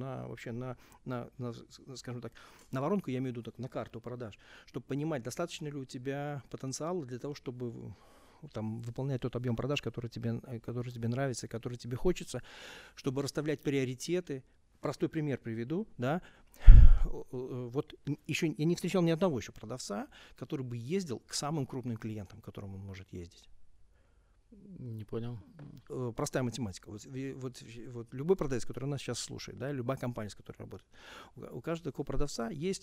скажем так, на воронку, я имею в виду на карту продаж, чтобы понимать, достаточно ли у тебя потенциала для того, чтобы там выполнять тот объем продаж, который тебе нравится, который тебе хочется, чтобы расставлять приоритеты. Простой пример приведу, да. Вот еще я не встречал ни одного еще продавца, который бы ездил к самым крупным клиентам, к которым он может ездить. Не понял. Простая математика. Вот любой продавец, который нас сейчас слушает, да, любая компания, с которой работает, у каждого такого продавца есть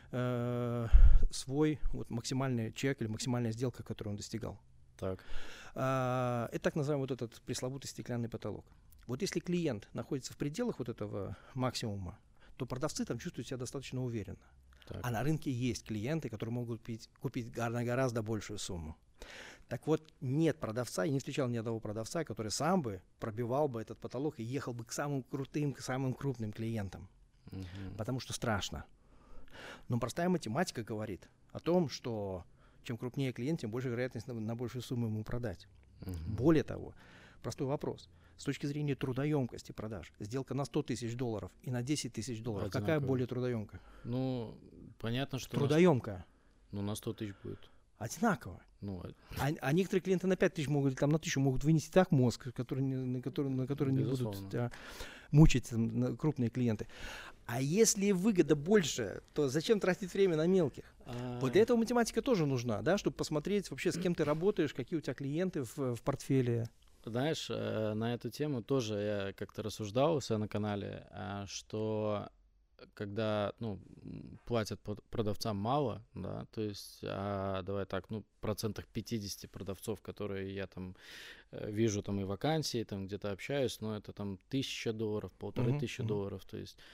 свой максимальный чек или максимальная сделка, которую он достигал. Так. Это так называемый вот этот пресловутый стеклянный потолок. Вот если клиент находится в пределах вот этого максимума, то продавцы там чувствуют себя достаточно уверенно. Так. А на рынке есть клиенты, которые могут купить на гораздо большую сумму. Так вот, нет продавца, я не встречал ни одного продавца, который сам бы пробивал бы этот потолок и ехал бы к самым крутым, к самым крупным клиентам. Потому что страшно. Но простая математика говорит о том, что чем крупнее клиент, тем больше вероятность на большую сумму ему продать. Более того, простой вопрос. С точки зрения трудоемкости продаж, сделка на $100 тысяч и на $10 тысяч, какая более трудоемкая? Ну, понятно, что... Трудоемкая. На 100 тысяч будет. Одинаково. А некоторые клиенты на 5 тысяч могут, там на 1000 могут вынести так мозг, на который не будут мучить крупные клиенты. А если выгода больше, то зачем тратить время на мелких? Вот для этого математика тоже нужна, да, чтобы посмотреть вообще, с кем ты работаешь, какие у тебя клиенты в портфеле. Знаешь, на эту тему тоже я как-то рассуждал у себя на канале, что когда, платят продавцам мало, да, то есть, давай так, 50% продавцов, которые я там вижу там и вакансии, там где-то общаюсь, но это там $1000, $1500, то есть,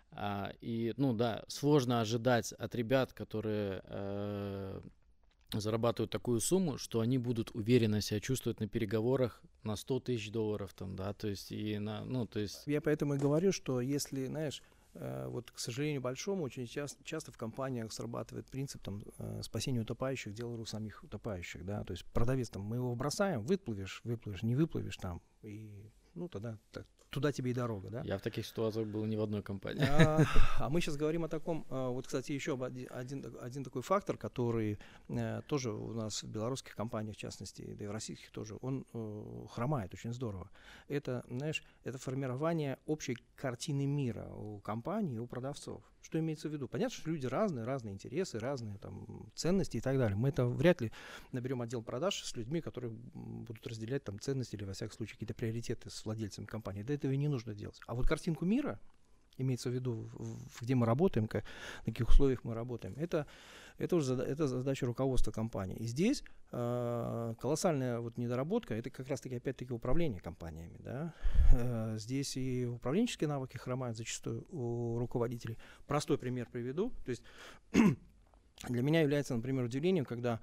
сложно ожидать от ребят, которые зарабатывают такую сумму, что они будут уверенно себя чувствовать на переговорах на $100 тысяч, там, да, то есть, Я поэтому и говорю, что если, знаешь, вот, к сожалению, большому, очень часто в компаниях срабатывает принцип спасения утопающих, дело рук самих утопающих, да, то есть продавец, мы его бросаем, выплывешь, не выплывешь там, и, тогда туда тебе и дорога, да. Я в таких ситуациях был не в одной компании. А мы сейчас говорим о таком, вот, кстати, еще один такой фактор, который тоже у нас в белорусских компаниях, в частности, да и в российских тоже, он хромает очень здорово. Это, знаешь, это формирование общей картины мира у компаний и у продавцов. Что имеется в виду? Понятно, что люди разные интересы, разные там ценности и так далее. Мы это вряд ли наберем отдел продаж с людьми, которые будут разделять там ценности или, во всяком случае, какие-то приоритеты с владельцами компании. Да этого и не нужно делать. А вот картинку мира, имеется в виду, где мы работаем, на каких условиях мы работаем, это задача руководства компании. И здесь колоссальная недоработка, это как раз-таки опять-таки управление компаниями. Да? Здесь и управленческие навыки хромают зачастую у руководителей. Простой пример приведу. То есть для меня является, например, удивлением, когда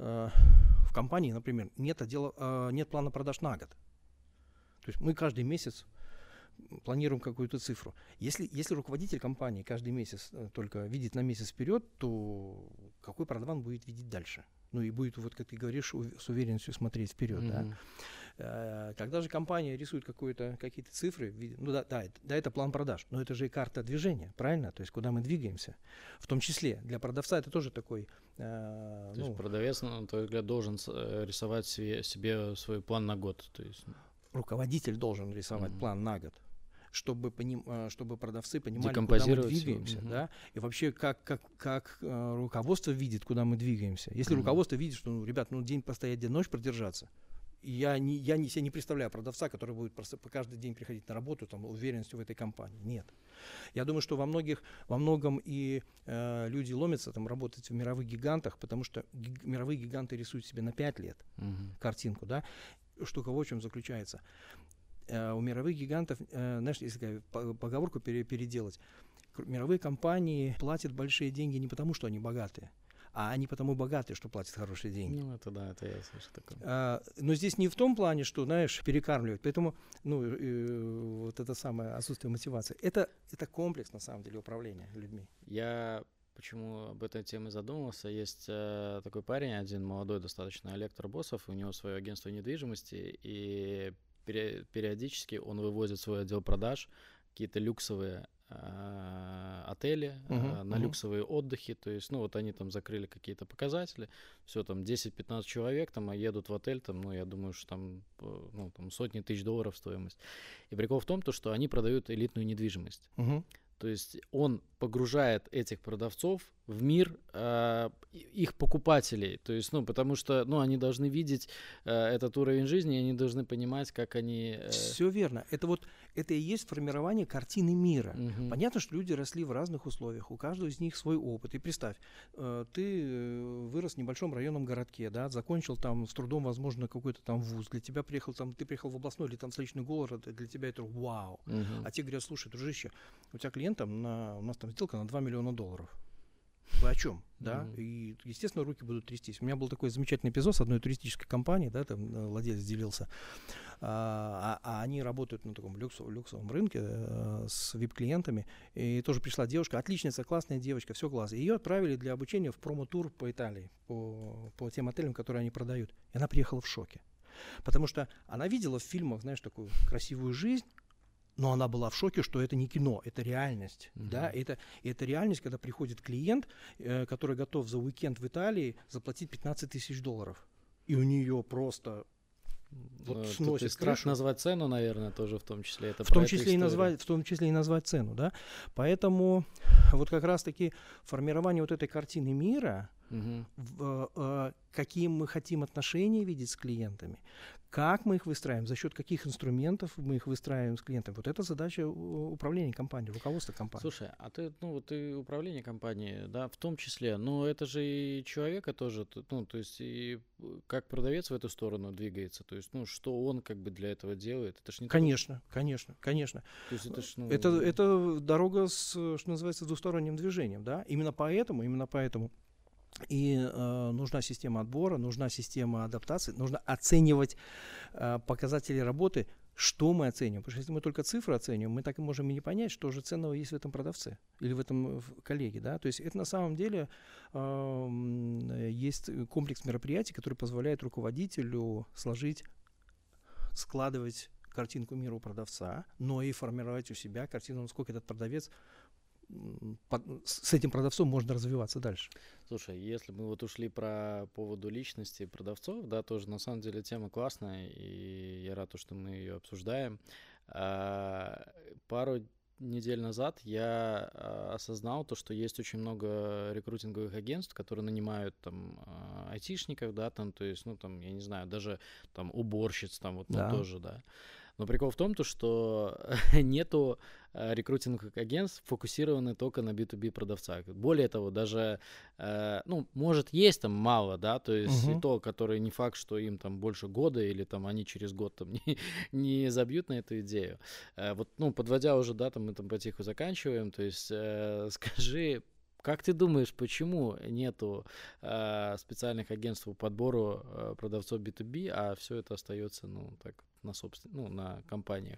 в компании, например, нет плана продаж на год. То есть мы каждый месяц планируем какую-то цифру. Если руководитель компании каждый месяц только видит на месяц вперед, то какой продаван будет видеть дальше? И будет, как ты говоришь, с уверенностью смотреть вперед. Да? Когда же компания рисует какие-то цифры, это план продаж, но это же и карта движения, правильно? То есть куда мы двигаемся. В том числе для продавца это тоже такой... То есть продавец, на твой взгляд, должен рисовать себе свой план на год. То есть... Руководитель должен рисовать план на год, чтобы продавцы понимали, куда мы двигаемся, да, и вообще как руководство видит, куда мы двигаемся. Если руководство видит, что, ребят, день постоять, день ночь продержаться, я себе не представляю продавца, который будет просто каждый день приходить на работу, уверенностью в этой компании. Нет. Я думаю, что во многом и люди ломятся работать в мировых гигантах, потому что мировые гиганты рисуют себе на 5 лет картинку, да. Штука в чем заключается. У мировых гигантов, знаешь, если поговорку переделать, Мировые компании платят большие деньги не потому, что они богатые, а они потому богатые, что платят хорошие деньги. Ну, это да, это я слышу такое. Но здесь не в том плане, что, знаешь, перекармливать. Поэтому, вот это самое отсутствие мотивации. Это комплекс, на самом деле, управления людьми. Я почему об этой теме задумался? Есть такой парень, один молодой достаточно, Олег Тарбосов, у него свое агентство недвижимости, и периодически он вывозит свой отдел продаж, какие-то люксовые отели, на люксовые отдыхи, то есть, ну, вот они там закрыли какие-то показатели, все, там 10-15 человек там едут в отель, там, ну, я думаю, что там, ну, там сотни тысяч долларов стоимость. И прикол в том, что они продают элитную недвижимость. То есть он погружает этих продавцов в мир их покупателей. То есть, ну, потому что, ну, они должны видеть этот уровень жизни, и они должны понимать, как они... Все верно. Это и есть формирование картины мира. Понятно, что люди росли в разных условиях, у каждого из них свой опыт. И представь, ты вырос в небольшом районном городке, да, закончил там с трудом, возможно, какой-то там вуз, для тебя ты приехал в областной или там столичный город, для тебя это вау. А те говорят, слушай, дружище, у тебя клиент там, у нас там сделка на $2 миллиона. Вы о чем? Да? И, естественно, руки будут трястись. У меня был такой замечательный эпизод с одной туристической компанией, да, там владелец делился. Они работают на таком люксовом рынке с VIP-клиентами. И тоже пришла девушка, отличница, классная девочка, все классно. Ее отправили для обучения в промо-тур по Италии, по тем отелям, которые они продают. И она приехала в шоке. Потому что она видела в фильмах, знаешь, такую красивую жизнь, но она была в шоке, что это не кино, это реальность. Да? Это реальность, когда приходит клиент, который готов за уикенд в Италии заплатить $15 тысяч. И у нее просто сносит страх крышу. Назвать цену, наверное, тоже в том числе. Это в том числе и назвать цену. Да? Поэтому вот как раз-таки формирование вот этой картины мира, какие мы хотим отношения видеть с клиентами, как мы их выстраиваем, за счет каких инструментов мы их выстраиваем с клиентами. Вот это задача управления компанией, руководства компании. Слушай, а ты, ну вот и управление компанией, да, в том числе, но это же и человека тоже, ну, то есть и как продавец в эту сторону двигается, то есть, ну, что он как бы для этого делает, это ж не Конечно. То есть это ж, ну... Это дорога что называется, с двусторонним движением, да, именно поэтому и нужна система отбора, нужна система адаптации, нужно оценивать показатели работы, что мы оцениваем. Потому что если мы только цифры оцениваем, мы так и можем и не понять, что же ценного есть в этом продавце или в этом коллеге. Да? То есть это на самом деле есть комплекс мероприятий, который позволяет руководителю складывать картинку мира у продавца, но и формировать у себя картину, насколько этот продавец с этим продавцом можно развиваться дальше. Слушай, если мы вот ушли по поводу личности продавцов, да, тоже на самом деле тема классная, и я рад, что мы ее обсуждаем. Пару недель назад я осознал то, что есть очень много рекрутинговых агентств, которые нанимают там айтишников, да, там, то есть, ну, там, я не знаю, даже там уборщиц, там, вот, да. Ну, тоже, да. Но прикол в том, что нету рекрутинговых агентств, фокусированных только на B2B продавцах. Более того, даже, ну, может, есть там мало, да, то есть и то, которые не факт, что им там больше года или там они через год там не забьют на эту идею. Вот, ну, подводя уже, да, там мы там потиху заканчиваем, то есть скажи, как ты думаешь, почему нету специальных агентств по подбору продавцов B2B, а все это остается, ну, так, на компаниях?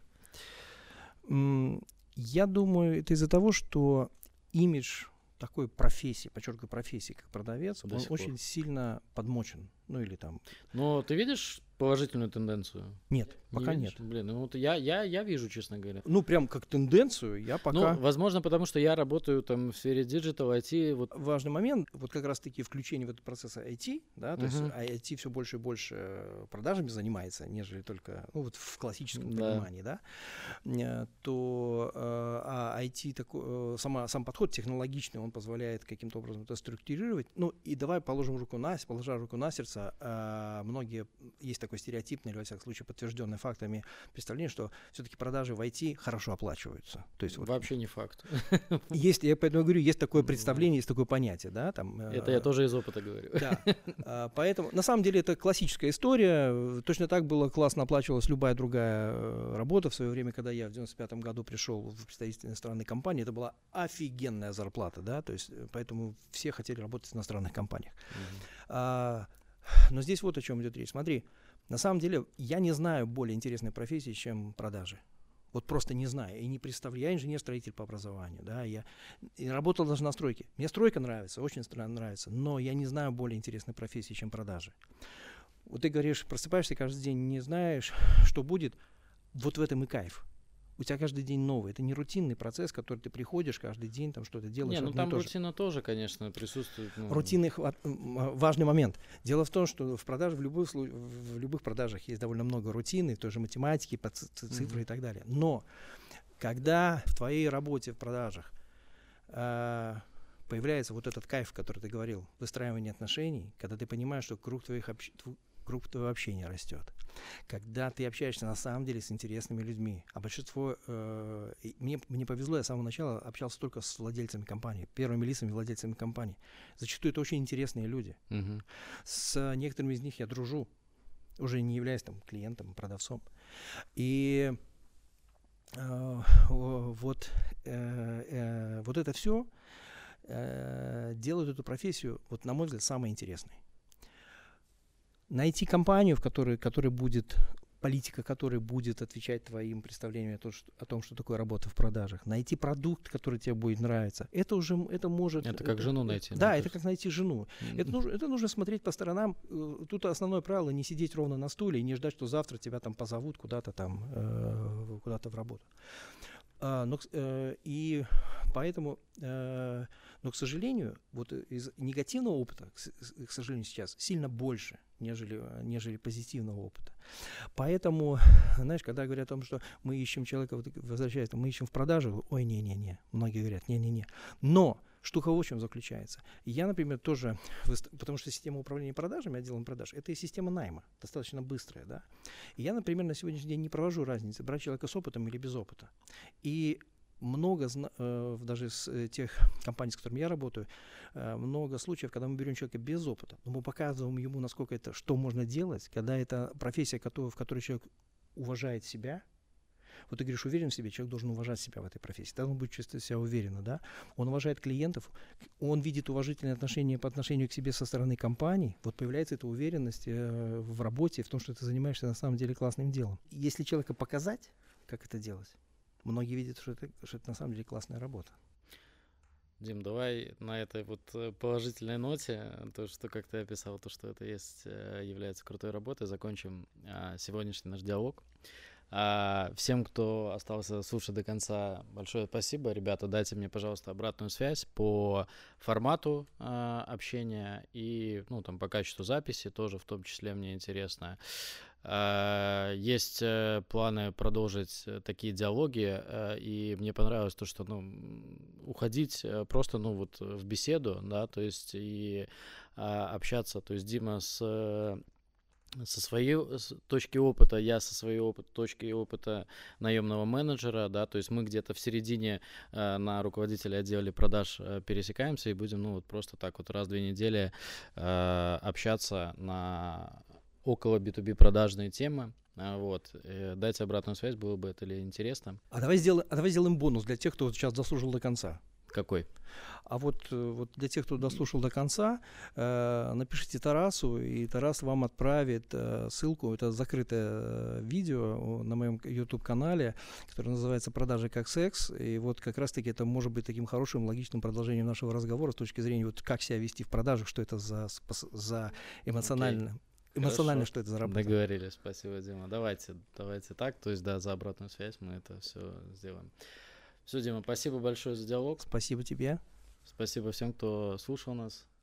Я думаю, это из-за того, что имидж такой профессии, подчеркиваю, профессии, как продавец, он очень сильно подмочен. Ну или там... Но ты видишь положительную тенденцию? Нет, пока нет. Блин, ну вот я вижу, честно говоря. Ну прям как тенденцию я пока... Ну, возможно, потому что я работаю там в сфере диджитал, IT. Вот... Важный момент, вот как раз-таки включение в этот процесс IT, да, то есть IT все больше и больше продажами занимается, нежели только, ну вот в классическом понимании, да, то IT, сам подход технологичный, он позволяет каким-то образом это структурировать. Ну и давай положа руку на сердце, многие, есть такое стереотипное, или, во всяком случае, подтвержденное фактами представление, что все-таки продажи в IT хорошо оплачиваются. То есть, вообще не факт. Я поэтому говорю, есть такое представление, есть такое понятие. Да, там, это я тоже из опыта говорю. Да. Поэтому, на самом деле, это классическая история. Точно так было классно оплачивалась любая другая работа. В свое время, когда я в 95-м году пришел в представительные иностранные компании, это была офигенная зарплата. Да? То есть, поэтому все хотели работать в иностранных компаниях. Но здесь вот о чем идет речь. Смотри, на самом деле я не знаю более интересной профессии, чем продажи. Вот просто не знаю и не представляю. Я инженер-строитель по образованию, да, я работал даже на стройке. Мне стройка нравится, очень нравится, но я не знаю более интересной профессии, чем продажи. Вот ты говоришь, просыпаешься каждый день, не знаешь, что будет, вот в этом и кайф. У тебя каждый день новый. Это не рутинный процесс, который ты приходишь каждый день, там что-то делаешь. Не, ну там рутина тоже, конечно, присутствует. Рутинный важный момент. Дело в том, что в продаже, в любых продажах есть довольно много рутины, той же математики, цифры и так далее. Но когда в твоей работе в продажах появляется вот этот кайф, который ты говорил, выстраивание отношений, когда ты понимаешь, что круг твоего общения растет, когда ты общаешься на самом деле с интересными людьми, а большинство, мне повезло, я с самого начала общался только с владельцами компаний, первыми лицами владельцами компаний. Зачастую это очень интересные люди. С некоторыми из них я дружу, уже не являясь там клиентом, продавцом. И вот это все делают эту профессию, вот, на мой взгляд, самой интересной. Найти компанию, в которой будет политика, которая будет отвечать твоим представлениям о том, что такое работа в продажах. Найти продукт, который тебе будет нравиться. Это может... Это как жену найти. Да, это как найти жену. Это нужно смотреть по сторонам. Тут основное правило — не сидеть ровно на стуле и не ждать, что завтра тебя там позовут куда-то в работу. И поэтому, но, к сожалению, вот из негативного опыта, к сожалению, сейчас сильно больше, нежели позитивного опыта. Поэтому, знаешь, когда говорят о том, что мы ищем человека, вот, возвращаясь, мы ищем в продаже, ой, не-не-не, многие говорят, не-не-не. Но штука в чем заключается. Я, например, тоже, потому что система управления продажами, отделом продаж, это и система найма, достаточно быстрая, да. И я, например, на сегодняшний день не провожу разницы, брать человека с опытом или без опыта. И много, даже с тех компаний, с которыми я работаю, много случаев, когда мы берем человека без опыта, но мы показываем ему, насколько что можно делать, когда это профессия, в которой человек уважает себя. Вот ты говоришь, уверен в себе, человек должен уважать себя в этой профессии. Тогда он будет чувствовать себя уверенно, да? Он уважает клиентов, он видит уважительные отношения по отношению к себе со стороны компании. Вот появляется эта уверенность в работе, в том, что ты занимаешься на самом деле классным делом. Если человека показать, как это делать, многие видят, что это на самом деле классная работа. Дим, давай на этой вот положительной ноте, то, что как ты описал, то, что это является крутой работой, закончим сегодняшний наш диалог. Всем, кто остался слушать до конца, большое спасибо. Ребята, дайте мне, пожалуйста, обратную связь по формату общения и, там, по качеству записи тоже, в том числе, мне интересно. Есть планы продолжить такие диалоги, и мне понравилось то, что, уходить просто, в беседу, да, то есть и общаться, то есть Дима со своей точки опыта, я со своей точки опыта наемного менеджера, да, то есть мы где-то в середине на руководителя отдела продаж пересекаемся и будем, просто так вот раз в 2 недели общаться на около B2B продажные темы. Вот. Дайте обратную связь, было бы это ли интересно. А давай сделаем бонус для тех, кто сейчас дослушал до конца. Какой? А вот для тех, кто дослушал до конца, напишите Тарасу, и Тарас вам отправит ссылку. Это закрытое видео на моем YouTube-канале, которое называется «Продажи как секс». И вот как раз-таки это может быть таким хорошим, логичным продолжением нашего разговора с точки зрения, вот как себя вести в продажах, что это за эмоционально. Okay. Эмоционально, Хорошо. что это за работа. Договорились, спасибо, Дима. Давайте так, то есть, да, за обратную связь мы это все сделаем. Все, Дима, спасибо большое за диалог. Спасибо тебе. Спасибо всем, кто слушал нас.